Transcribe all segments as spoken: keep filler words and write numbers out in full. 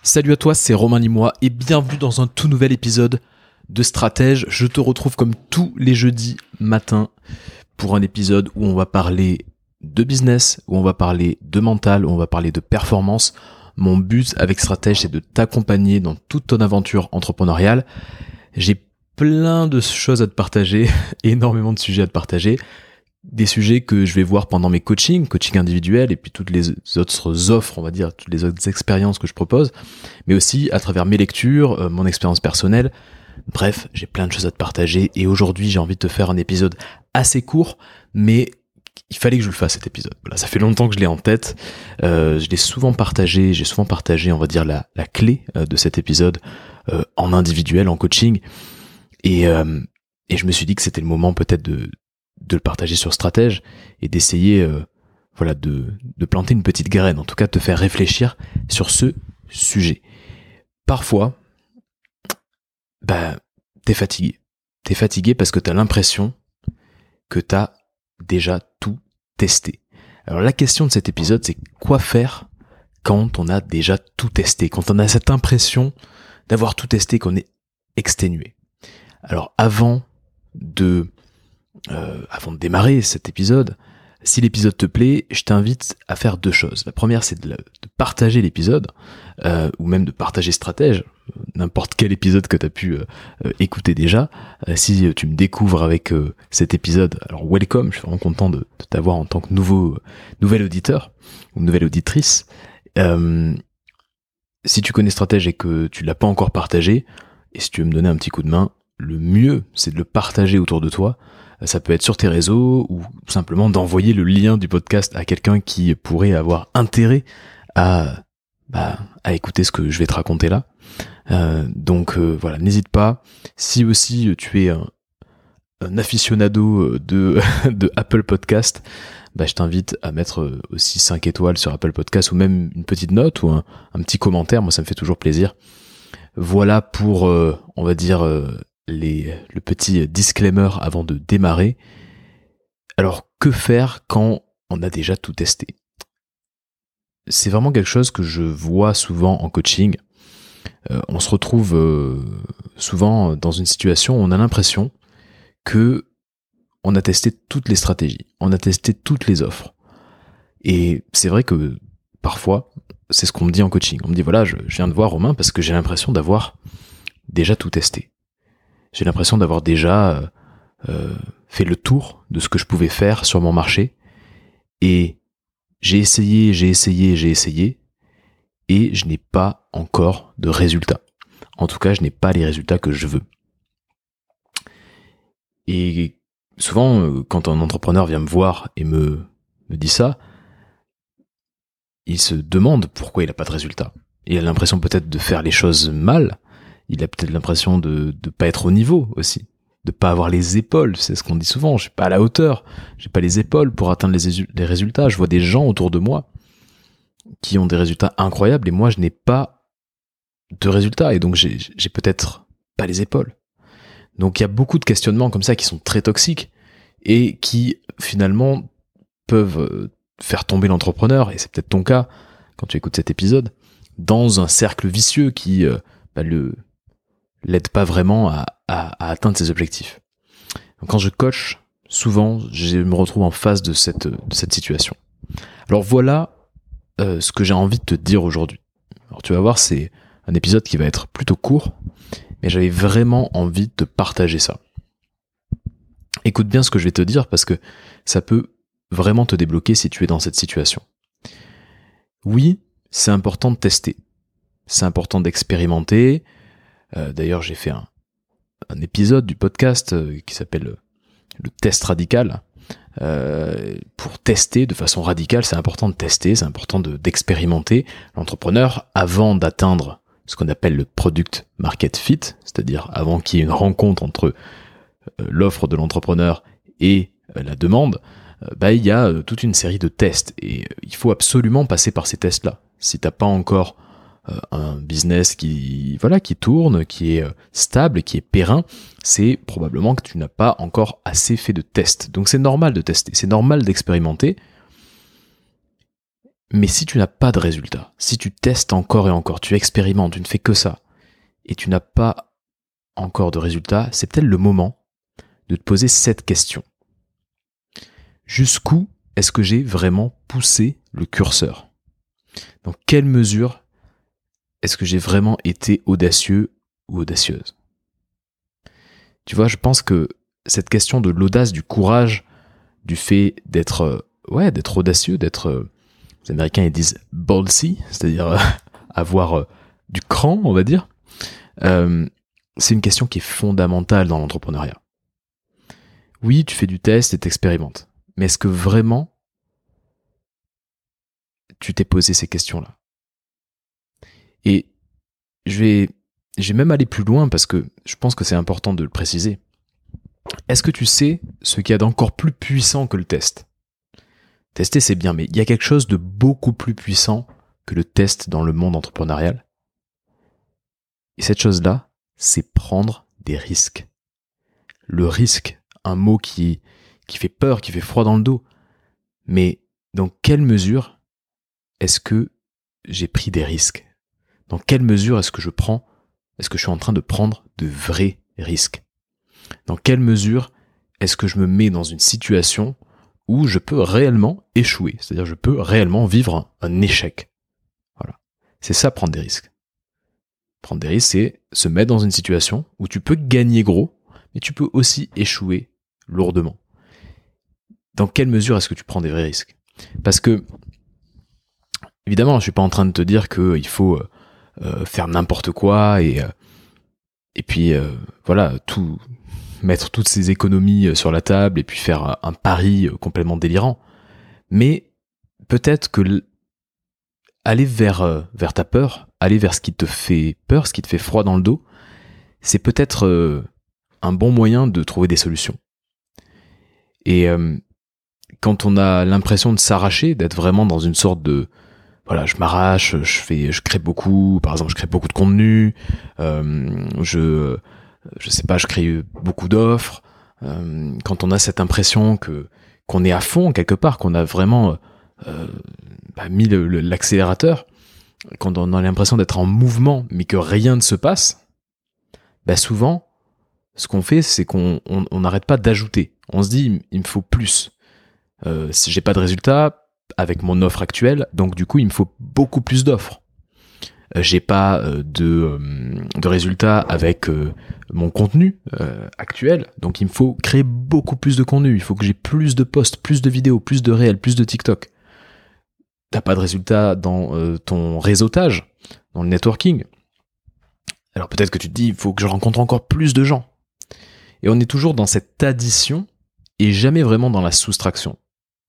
Salut à toi, c'est Romain Limois et bienvenue dans un tout nouvel épisode de Stratège. Je te retrouve comme tous les jeudis matins pour un épisode où on va parler de business, où on va parler de mental, où on va parler de performance. Mon but avec Stratège, c'est de t'accompagner dans toute ton aventure entrepreneuriale. J'ai plein de choses à te partager, énormément de sujets à te partager. Des sujets que je vais voir pendant mes coachings, coaching individuel et puis toutes les autres offres, on va dire, toutes les autres expériences que je propose, mais aussi à travers mes lectures, euh, mon expérience personnelle. Bref, j'ai plein de choses à te partager et aujourd'hui j'ai envie de te faire un épisode assez court, mais il fallait que je le fasse cet épisode. Voilà, ça fait longtemps que je l'ai en tête, euh, je l'ai souvent partagé, j'ai souvent partagé, on va dire, la, la clé euh, de cet épisode euh, en individuel, en coaching, et, euh, et je me suis dit que c'était le moment peut-être de de le partager sur Stratège et d'essayer euh, voilà de, de planter une petite graine, en tout cas de te faire réfléchir sur ce sujet. Parfois, bah, t'es fatigué. T'es fatigué parce que t'as l'impression que t'as déjà tout testé. Alors la question de cet épisode, c'est quoi faire quand on a déjà tout testé, quand on a cette impression d'avoir tout testé, qu'on est exténué. Alors avant de Euh, avant de démarrer cet épisode, si l'épisode te plaît, je t'invite à faire deux choses. La première, c'est de, de partager l'épisode, euh, ou même de partager Stratège, n'importe quel épisode que tu as pu euh, écouter déjà. Euh, si tu me découvres avec euh, cet épisode, alors welcome, je suis vraiment content de, de t'avoir en tant que nouveau, euh, nouvel auditeur, ou nouvelle auditrice. Euh, si tu connais Stratège et que tu l'as pas encore partagé, et si tu veux me donner un petit coup de main, le mieux, c'est de le partager autour de toi. Ça peut être sur tes réseaux ou simplement d'envoyer le lien du podcast à quelqu'un qui pourrait avoir intérêt à, bah, à écouter ce que je vais te raconter là. Euh, donc euh, voilà, n'hésite pas. Si aussi tu es un, un aficionado de, de Apple Podcast, bah, je t'invite à mettre aussi cinq étoiles sur Apple Podcast ou même une petite note ou un, un petit commentaire. Moi, ça me fait toujours plaisir. Voilà pour, euh, on va dire... Euh, Les, le petit disclaimer avant de démarrer. Alors, que faire quand on a déjà tout testé ? C'est vraiment quelque chose que je vois souvent en coaching. Euh, on se retrouve euh, souvent dans une situation où on a l'impression que on a testé toutes les stratégies, on a testé toutes les offres. Et c'est vrai que parfois, c'est ce qu'on me dit en coaching. On me dit, voilà, je, je viens de voir Romain parce que j'ai l'impression d'avoir déjà tout testé. J'ai l'impression d'avoir déjà euh, fait le tour de ce que je pouvais faire sur mon marché et j'ai essayé, j'ai essayé, j'ai essayé et je n'ai pas encore de résultats. En tout cas, je n'ai pas les résultats que je veux. Et souvent, quand un entrepreneur vient me voir et me, me dit ça, il se demande pourquoi il n'a pas de résultats. Il a l'impression peut-être de faire les choses mal. Il a peut-être l'impression de ne pas être au niveau aussi, de pas avoir les épaules, c'est ce qu'on dit souvent, je suis pas à la hauteur, j'ai pas les épaules pour atteindre les, les résultats. Je vois des gens autour de moi qui ont des résultats incroyables et moi je n'ai pas de résultats et donc j'ai, j'ai peut-être pas les épaules. Donc il y a beaucoup de questionnements comme ça qui sont très toxiques et qui finalement peuvent faire tomber l'entrepreneur, et c'est peut-être ton cas quand tu écoutes cet épisode, dans un cercle vicieux qui euh, bah, le l'aide pas vraiment à, à, à atteindre ses objectifs. Donc quand je coach, souvent, je me retrouve en face de cette, de cette situation. Alors voilà euh, ce que j'ai envie de te dire aujourd'hui. Alors tu vas voir, c'est un épisode qui va être plutôt court, mais j'avais vraiment envie de te partager ça. Écoute bien ce que je vais te dire parce que ça peut vraiment te débloquer si tu es dans cette situation. Oui, c'est important de tester. C'est important d'expérimenter. Euh, d'ailleurs, j'ai fait un, un épisode du podcast euh, qui s'appelle euh, le test radical. Euh, pour tester de façon radicale, c'est important de tester, c'est important de, d'expérimenter. L'entrepreneur, avant d'atteindre ce qu'on appelle le product market fit, c'est-à-dire avant qu'il y ait une rencontre entre euh, l'offre de l'entrepreneur et euh, la demande, euh, bah, il y a euh, toute une série de tests et euh, il faut absolument passer par ces tests-là. Si t'as pas encore un business qui voilà qui tourne, qui est stable, qui est périn, c'est probablement que tu n'as pas encore assez fait de tests. Donc c'est normal de tester, c'est normal d'expérimenter. Mais si tu n'as pas de résultat, si tu testes encore et encore, tu expérimentes, tu ne fais que ça, et tu n'as pas encore de résultat, c'est peut-être le moment de te poser cette question. Jusqu'où est-ce que j'ai vraiment poussé le curseur ? Dans quelle mesure est-ce que j'ai vraiment été audacieux ou audacieuse ? Tu vois, je pense que cette question de l'audace, du courage, du fait d'être, euh, ouais, d'être audacieux, d'être, euh, les Américains ils disent ballsy, c'est-à-dire euh, avoir euh, du cran, on va dire. Euh, c'est une question qui est fondamentale dans l'entrepreneuriat. Oui, tu fais du test et t'expérimentes, mais est-ce que vraiment tu t'es posé ces questions-là ? Et je vais, je vais même aller plus loin parce que je pense que c'est important de le préciser. Est-ce que tu sais ce qu'il y a d'encore plus puissant que le test ? Tester, c'est bien, mais il y a quelque chose de beaucoup plus puissant que le test dans le monde entrepreneurial. Et cette chose-là, c'est prendre des risques. Le risque, un mot qui, qui fait peur, qui fait froid dans le dos. Mais dans quelle mesure est-ce que j'ai pris des risques ? Dans quelle mesure est-ce que je prends, est-ce que je suis en train de prendre de vrais risques ? Dans quelle mesure est-ce que je me mets dans une situation où je peux réellement échouer ? C'est-à-dire je peux réellement vivre un, un échec. Voilà. C'est ça, prendre des risques. Prendre des risques, c'est se mettre dans une situation où tu peux gagner gros, mais tu peux aussi échouer lourdement. Dans quelle mesure est-ce que tu prends des vrais risques ? Parce que, évidemment, je ne suis pas en train de te dire qu'il faut euh, faire n'importe quoi et, euh, et puis, euh, voilà, tout... mettre toutes ses économies sur la table et puis faire un pari complètement délirant. Mais peut-être que l- aller vers, vers ta peur, aller vers ce qui te fait peur, ce qui te fait froid dans le dos, c'est peut-être euh, un bon moyen de trouver des solutions. Et euh, quand on a l'impression de s'arracher, d'être vraiment dans une sorte de voilà, je m'arrache, je fais, je crée beaucoup, par exemple, je crée beaucoup de contenu, euh, je je sais pas, je crée beaucoup d'offres. Euh, quand on a cette impression que qu'on est à fond quelque part, qu'on a vraiment euh, bah, mis le, le, l'accélérateur, quand on a l'impression d'être en mouvement, mais que rien ne se passe, bah souvent, ce qu'on fait, c'est qu'on on n'arrête pas d'ajouter. On se dit, il me faut plus. Euh, si j'ai pas de résultat avec mon offre actuelle, donc du coup, il me faut beaucoup plus d'offres. J'ai pas euh, de, euh, de résultats avec euh, mon contenu euh, actuel, donc il me faut créer beaucoup plus de contenu, il faut que j'ai plus de posts, plus de vidéos, plus de réels, plus de TikTok. T'as pas de résultats dans euh, ton réseautage, dans le networking. Alors peut-être que tu te dis, il faut que je rencontre encore plus de gens. Et on est toujours dans cette addition et jamais vraiment dans la soustraction.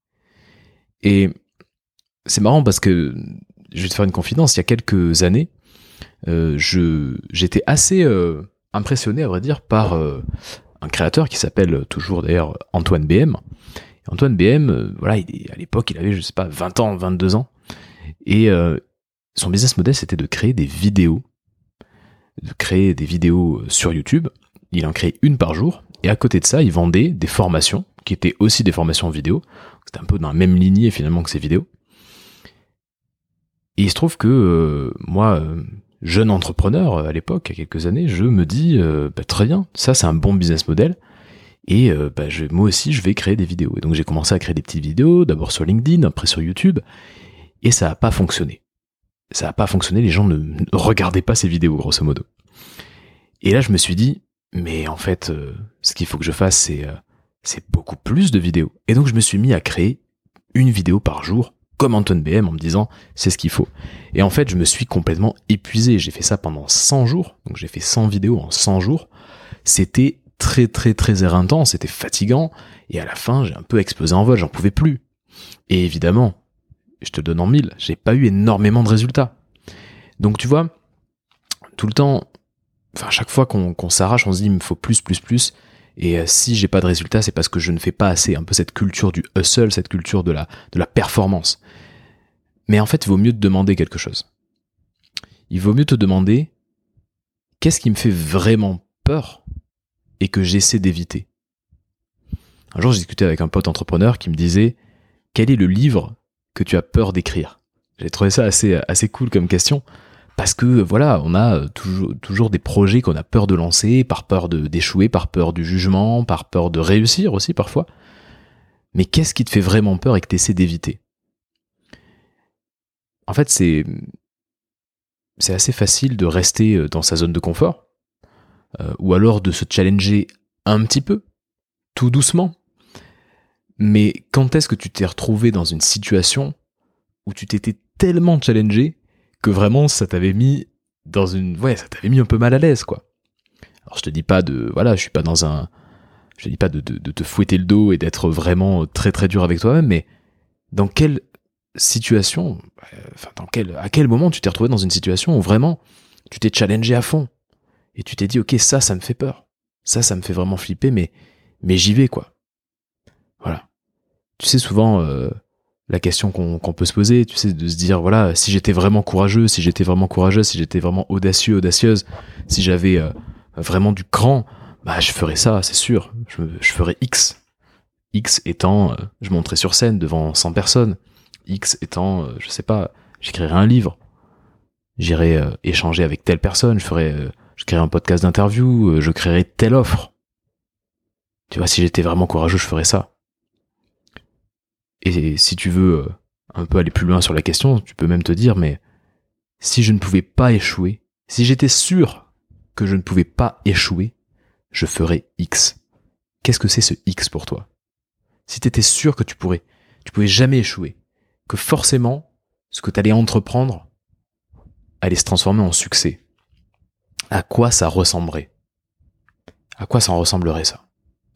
Et c'est marrant parce que je vais te faire une confidence, il y a quelques années, euh, je, j'étais assez euh, impressionné, à vrai dire, par euh, un créateur qui s'appelle toujours d'ailleurs Antoine B M. Et Antoine B M, euh, voilà, il, à l'époque, il avait, je sais pas, vingt ans, vingt-deux ans. Et euh, son business model, c'était de créer des vidéos, de créer des vidéos sur YouTube. Il en créait une par jour. Et à côté de ça, il vendait des formations, qui étaient aussi des formations en vidéo. C'était un peu dans la même lignée finalement que ces vidéos. Et il se trouve que euh, moi, euh, jeune entrepreneur à l'époque, il y a quelques années, je me dis euh, bah, très bien, ça c'est un bon business model. Et euh, bah, je, moi aussi, je vais créer des vidéos. Et donc j'ai commencé à créer des petites vidéos, d'abord sur LinkedIn, après sur YouTube, et ça n'a pas fonctionné. Ça n'a pas fonctionné, les gens ne, ne regardaient pas ces vidéos, grosso modo. Et là, je me suis dit, mais en fait, euh, ce qu'il faut que je fasse, c'est, euh, c'est beaucoup plus de vidéos. Et donc je me suis mis à créer une vidéo par jour, comme Antoine B M, en me disant, c'est ce qu'il faut. Et en fait, je me suis complètement épuisé. J'ai fait ça pendant cent jours, donc j'ai fait cent vidéos en cent jours. C'était très très très éreintant, c'était fatigant, et à la fin, j'ai un peu explosé en vol, j'en pouvais plus. Et évidemment, je te donne en mille, j'ai pas eu énormément de résultats. Donc tu vois, tout le temps, enfin, à chaque fois qu'on, qu'on s'arrache, on se dit, il me faut plus, plus, plus. Et euh, si j'ai pas de résultats, c'est parce que je ne fais pas assez. Un peu cette culture du hustle, cette culture de la, de la performance. Mais en fait, il vaut mieux te demander quelque chose. Il vaut mieux te demander, qu'est-ce qui me fait vraiment peur et que j'essaie d'éviter ? Un jour, j'ai discuté avec un pote entrepreneur qui me disait, quel est le livre que tu as peur d'écrire ? J'ai trouvé ça assez, assez cool comme question. Parce que voilà, on a toujours, toujours des projets qu'on a peur de lancer, par peur de, d'échouer, par peur du jugement, par peur de réussir aussi parfois. Mais qu'est-ce qui te fait vraiment peur et que tu essaies d'éviter ? En fait, c'est, c'est assez facile de rester dans sa zone de confort, euh, ou alors de se challenger un petit peu, tout doucement. Mais quand est-ce que tu t'es retrouvé dans une situation où tu t'étais tellement challengé que vraiment ça t'avait mis dans une, ouais, ça t'avait mis un peu mal à l'aise, quoi. Alors je te dis pas de, voilà, je suis pas dans un, je te dis pas de, de, de te fouetter le dos et d'être vraiment très très dur avec toi-même, mais dans quelle situation, enfin dans quel, à quel moment tu t'es retrouvé dans une situation où vraiment tu t'es challengé à fond et tu t'es dit ok, ça, ça me fait peur, ça, ça me fait vraiment flipper, mais mais j'y vais, quoi. Voilà. Tu sais, souvent euh, la question qu'on, qu'on peut se poser, tu sais, de se dire, voilà, si j'étais vraiment courageux, si j'étais vraiment courageuse, si j'étais vraiment audacieux, audacieuse, si j'avais euh, vraiment du cran, bah je ferais ça, c'est sûr. Je, je ferais X. X étant, euh, je monterais sur scène devant cent personnes. X étant, euh, je sais pas, j'écrirais un livre. J'irais euh, échanger avec telle personne, je ferais, euh, je créerais un podcast d'interview, euh, je créerais telle offre. Tu vois, si j'étais vraiment courageux, je ferais ça. Et si tu veux euh, un peu aller plus loin sur la question, tu peux même te dire, mais si je ne pouvais pas échouer, si j'étais sûr que je ne pouvais pas échouer, je ferais X. Qu'est-ce que c'est ce X pour toi ? Si tu étais sûr que tu pourrais, tu pouvais jamais échouer, que forcément, ce que tu allais entreprendre allait se transformer en succès, à quoi ça ressemblerait ? À quoi ça ressemblerait ça, finalement ?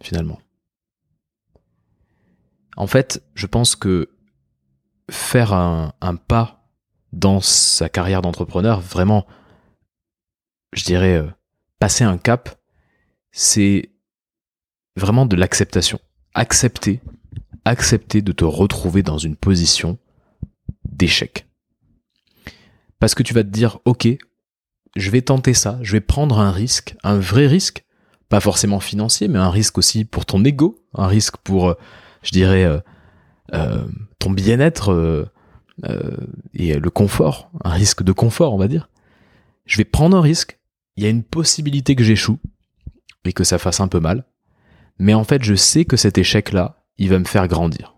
En fait, je pense que faire un, un pas dans sa carrière d'entrepreneur, vraiment, je dirais, euh, passer un cap, c'est vraiment de l'acceptation. Accepter, accepter de te retrouver dans une position d'échec. Parce que tu vas te dire, ok, je vais tenter ça, je vais prendre un risque, un vrai risque, pas forcément financier, mais un risque aussi pour ton ego, un risque pour, euh, je dirais, euh, euh, ton bien-être euh, euh, et le confort, un risque de confort, on va dire. Je vais prendre un risque, il y a une possibilité que j'échoue et que ça fasse un peu mal, mais en fait, je sais que cet échec-là, il va me faire grandir.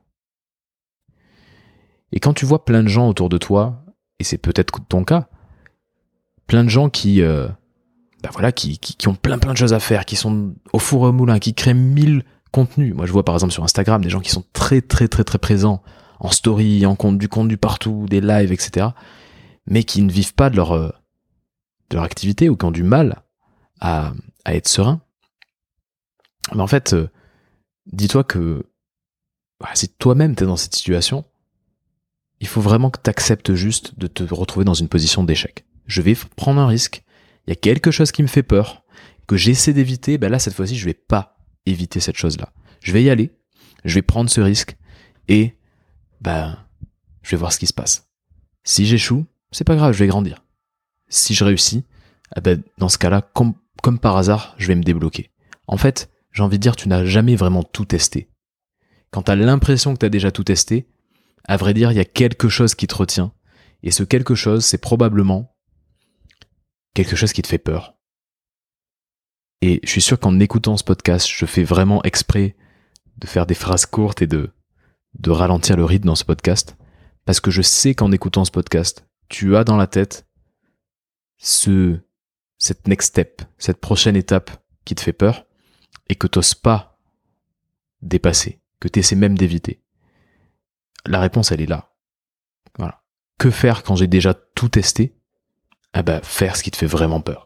Et quand tu vois plein de gens autour de toi, et c'est peut-être ton cas, plein de gens qui, euh, bah voilà, qui, qui, qui ont plein plein de choses à faire, qui sont au four et au moulin, qui créent mille contenus. Moi, je vois par exemple sur Instagram des gens qui sont très très très très présents en story, en compte du contenu partout, des lives, et cetera, mais qui ne vivent pas de leur euh, de leur activité ou qui ont du mal à, à être sereins. Mais en fait, euh, dis-toi que bah, si toi-même t'es dans cette situation, il faut vraiment que tu acceptes juste de te retrouver dans une position d'échec. Je vais prendre un risque, il y a quelque chose qui me fait peur, que j'essaie d'éviter, ben là cette fois-ci je vais pas éviter cette chose-là. Je vais y aller, je vais prendre ce risque et ben je vais voir ce qui se passe. Si j'échoue, c'est pas grave, je vais grandir. Si je réussis, eh ben, dans ce cas-là, com- comme par hasard, je vais me débloquer. En fait, j'ai envie de dire, tu n'as jamais vraiment tout testé. Quand tu as l'impression que tu as déjà tout testé, à vrai dire, il y a quelque chose qui te retient. Et ce quelque chose, c'est probablement quelque chose qui te fait peur. Et je suis sûr qu'en écoutant ce podcast, je fais vraiment exprès de faire des phrases courtes et de, de ralentir le rythme dans ce podcast. Parce que je sais qu'en écoutant ce podcast, tu as dans la tête ce, cette next step, cette prochaine étape qui te fait peur et que tu n'oses pas dépasser, que tu essaies même d'éviter. La réponse, elle est là. Voilà. Que faire quand j'ai déjà tout testé ? Ah bah, faire ce qui te fait vraiment peur.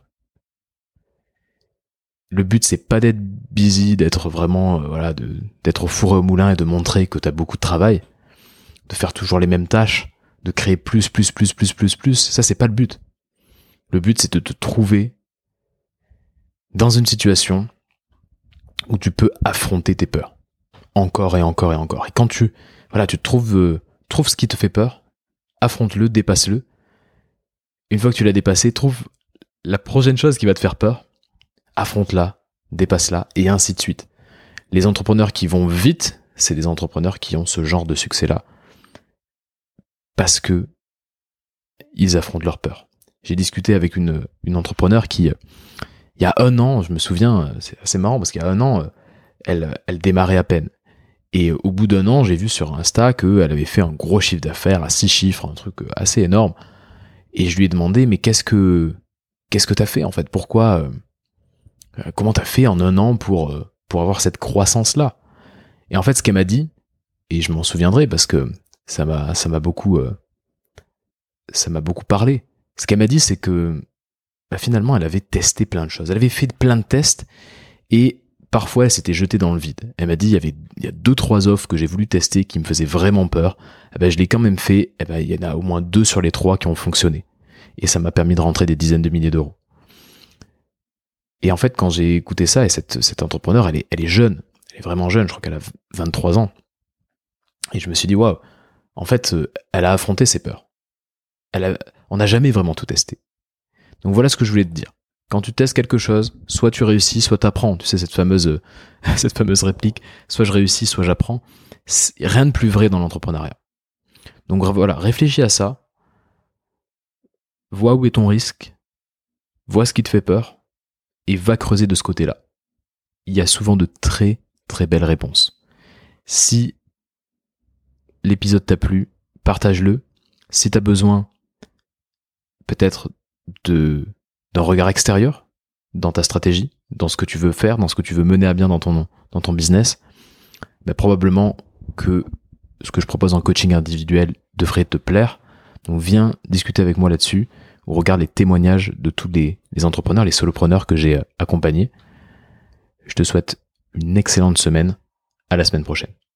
Le but, c'est pas d'être busy, d'être vraiment, euh, voilà, de, d'être au four et au moulin et de montrer que t'as beaucoup de travail, de faire toujours les mêmes tâches, de créer plus, plus, plus, plus, plus, plus. Ça, c'est pas le but. Le but, c'est de te trouver dans une situation où tu peux affronter tes peurs. Encore et encore et encore. Et quand tu, voilà, tu trouves, euh, trouves ce qui te fait peur, affronte-le, dépasse-le. Une fois que tu l'as dépassé, trouve la prochaine chose qui va te faire peur, affronte-la, dépasse-la, et ainsi de suite. Les entrepreneurs qui vont vite, c'est des entrepreneurs qui ont ce genre de succès-là. Parce que ils affrontent leur peur. J'ai discuté avec une, une entrepreneur qui, il y a un an, je me souviens, c'est assez marrant parce qu'il y a un an, elle, elle démarrait à peine. Et au bout d'un an, j'ai vu sur Insta qu'elle avait fait un gros chiffre d'affaires à six chiffres, un truc assez énorme. Et je lui ai demandé, mais qu'est-ce que qu'est-ce que t'as fait en fait ? Pourquoi euh, Comment t'as fait en un an pour, euh, pour avoir cette croissance-là ? Et en fait, ce qu'elle m'a dit, et je m'en souviendrai parce que ça m'a, ça m'a beaucoup, euh, ça m'a beaucoup parlé. Ce qu'elle m'a dit, c'est que bah, finalement, elle avait testé plein de choses. Elle avait fait plein de tests et parfois, elle s'était jetée dans le vide. Elle m'a dit, il y avait, il y a deux, trois offres que j'ai voulu tester qui me faisaient vraiment peur. Eh ben, je l'ai quand même fait. Eh ben, il y en a au moins deux sur les trois qui ont fonctionné. Et ça m'a permis de rentrer des dizaines de milliers d'euros. Et en fait, quand j'ai écouté ça, et cette, cette entrepreneur, elle est, elle est jeune. Elle est vraiment jeune. Je crois qu'elle a vingt-trois ans. Et je me suis dit, waouh. En fait, elle a affronté ses peurs. Elle a, on n'a jamais vraiment tout testé. Donc voilà ce que je voulais te dire. Quand tu testes quelque chose, soit tu réussis, soit t'apprends. Tu sais, cette fameuse, cette fameuse réplique, soit je réussis, soit j'apprends. C'est rien de plus vrai dans l'entrepreneuriat. Donc voilà, réfléchis à ça. Vois où est ton risque. Vois ce qui te fait peur. Et va creuser de ce côté-là. Il y a souvent de très, très belles réponses. Si l'épisode t'a plu, partage-le. Si t'as besoin, peut-être, de d'un regard extérieur dans ta stratégie, dans ce que tu veux faire, dans ce que tu veux mener à bien dans ton, dans ton business, bah probablement que ce que je propose en coaching individuel devrait te plaire. Donc viens discuter avec moi là-dessus, ou regarde les témoignages de tous les, les entrepreneurs, les solopreneurs que j'ai accompagnés. Je te souhaite une excellente semaine. À la semaine prochaine.